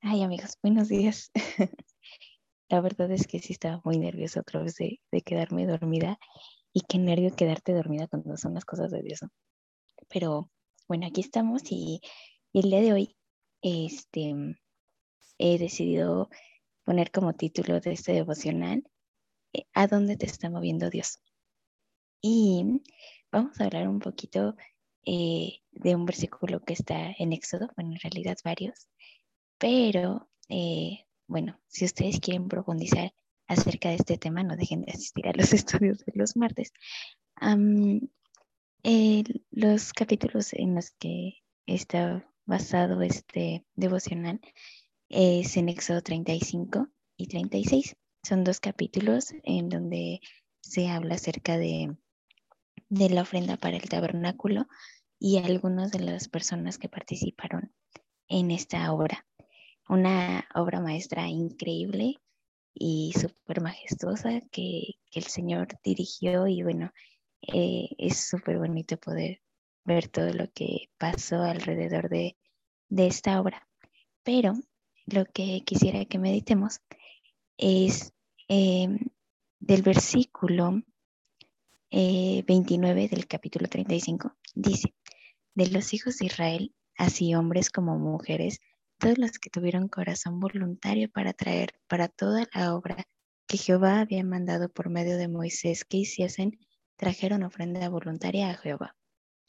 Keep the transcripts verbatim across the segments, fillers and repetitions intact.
Ay, amigos, buenos días. La verdad es que sí estaba muy nerviosa otra vez de, de quedarme dormida y qué nervio quedarte dormida cuando son las cosas de Dios, ¿no? Pero bueno, aquí estamos y, y el día de hoy este, he decidido poner como título de este devocional eh, ¿A dónde te está moviendo Dios? Y vamos a hablar un poquito eh, de un versículo que está en Éxodo, bueno, en realidad varios, pero eh, bueno, si ustedes quieren profundizar acerca de este tema, no dejen de asistir a los estudios de los martes. Um, eh, los capítulos en los que está basado este devocional es en Éxodo treinta y cinco y treinta y seis. Son dos capítulos en donde se habla acerca de, de la ofrenda para el tabernáculo y algunas de las personas que participaron en esta obra. Una obra maestra increíble y súper majestuosa que, que el Señor dirigió y bueno, eh, es súper bonito poder ver todo lo que pasó alrededor de, de esta obra. Pero lo que quisiera que meditemos es eh, del versículo eh, veintinueve del capítulo treinta y cinco. Dice, de los hijos de Israel, así hombres como mujeres, todos los que tuvieron corazón voluntario para traer para toda la obra que Jehová había mandado por medio de Moisés que hiciesen, trajeron ofrenda voluntaria a Jehová.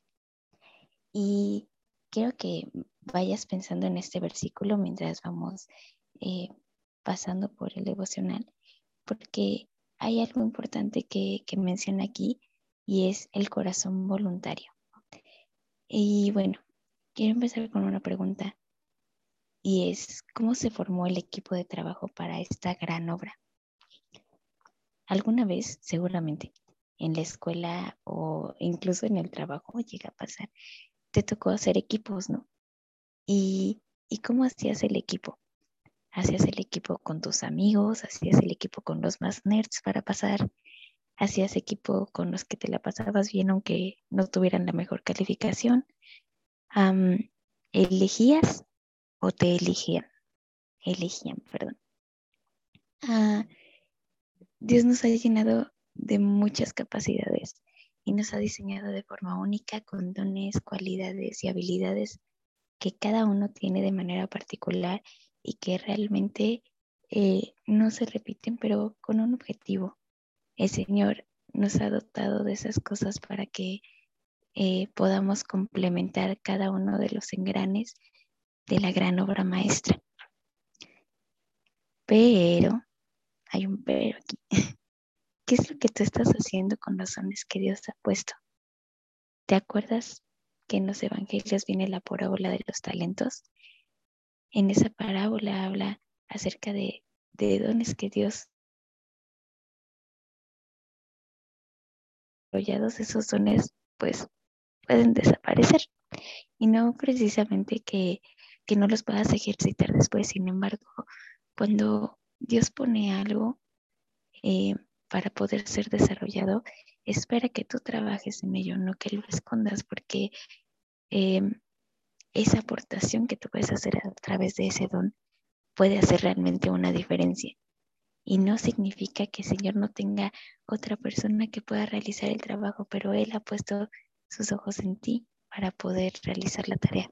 Y quiero que vayas pensando en este versículo mientras vamos eh, pasando por el devocional, porque hay algo importante que, que menciona aquí y es el corazón voluntario. Y bueno, quiero empezar con una pregunta y es, ¿cómo se formó el equipo de trabajo para esta gran obra? Alguna vez, seguramente, en la escuela o incluso en el trabajo llega a pasar, te tocó hacer equipos, ¿no? ¿Y, y cómo hacías el equipo? ¿Hacías el equipo con tus amigos? ¿Hacías el equipo con los más nerds para pasar? ¿Hacías equipo con los que te la pasabas bien aunque no tuvieran la mejor calificación? Um, ¿Elegías o te eligían? Elegían, perdón. Ah, Dios nos ha llenado de muchas capacidades y nos ha diseñado de forma única con dones, cualidades y habilidades que cada uno tiene de manera particular y que realmente eh, no se repiten, pero con un objetivo. El Señor nos ha dotado de esas cosas para que eh, podamos complementar cada uno de los engranes de la gran obra maestra. Pero, hay un pero aquí. ¿Qué es lo que tú estás haciendo con los dones que Dios te ha puesto? ¿Te acuerdas que en los evangelios viene la parábola de los talentos? En esa parábola habla acerca de, de dones que Dios ha desarrollado. Esos dones pues pueden desaparecer y no precisamente que, que no los puedas ejercitar después. Sin embargo, cuando Dios pone algo eh, para poder ser desarrollado, espera que tú trabajes en ello, no que lo escondas, porque eh, esa aportación que tú puedes hacer a través de ese don puede hacer realmente una diferencia. Y no significa que el Señor no tenga otra persona que pueda realizar el trabajo, pero Él ha puesto sus ojos en ti para poder realizar la tarea.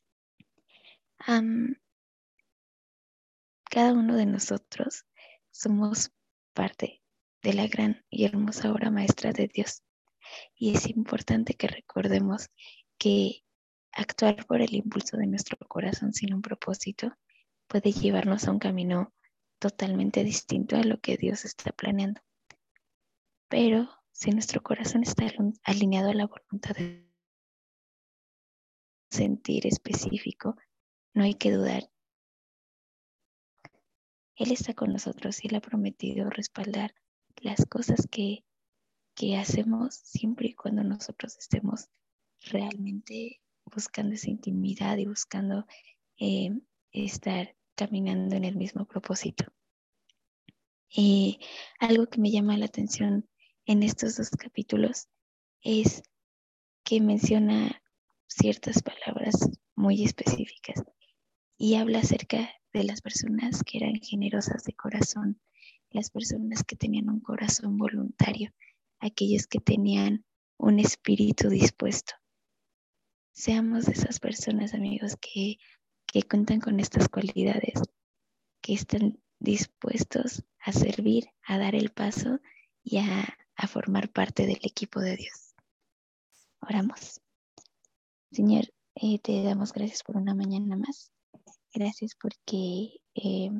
Um, cada uno de nosotros somos parte de la gran y hermosa obra maestra de Dios. Y es importante que recordemos que actuar por el impulso de nuestro corazón sin un propósito puede llevarnos a un camino totalmente distinto a lo que Dios está planeando. Pero si nuestro corazón está alineado a la voluntad de sentir específico, no hay que dudar. Él está con nosotros y Él ha prometido respaldar las cosas que, que hacemos siempre y cuando nosotros estemos realmente buscando esa intimidad y buscando eh, estar caminando en el mismo propósito. Eh, algo que me llama la atención en estos dos capítulos es que menciona ciertas palabras muy específicas y habla acerca de las personas que eran generosas de corazón, las personas que tenían un corazón voluntario, aquellos que tenían un espíritu dispuesto. Seamos de esas personas, amigos, que, que cuentan con estas cualidades, que están dispuestos a servir, a dar el paso y a, a formar parte del equipo de Dios. Oramos. Señor, eh, te damos gracias por una mañana más. Gracias porque, eh,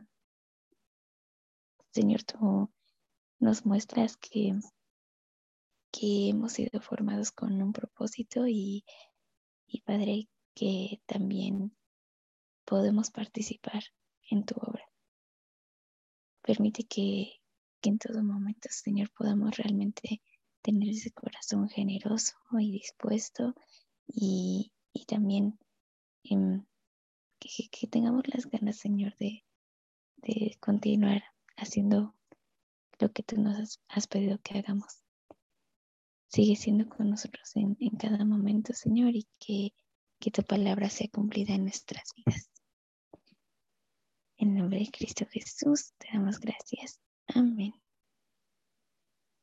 Señor, tú nos muestras que, que hemos sido formados con un propósito y, y Padre, que también podemos participar en tu obra. Permite que, que en todo momento, Señor, podamos realmente tener ese corazón generoso y dispuesto y, y también eh, que, que tengamos las ganas, Señor, de, de continuar haciendo lo que tú nos has, has pedido que hagamos. Sigue siendo con nosotros en, en cada momento, Señor, y que, que tu palabra sea cumplida en nuestras vidas. En nombre de Cristo Jesús, te damos gracias. Amén.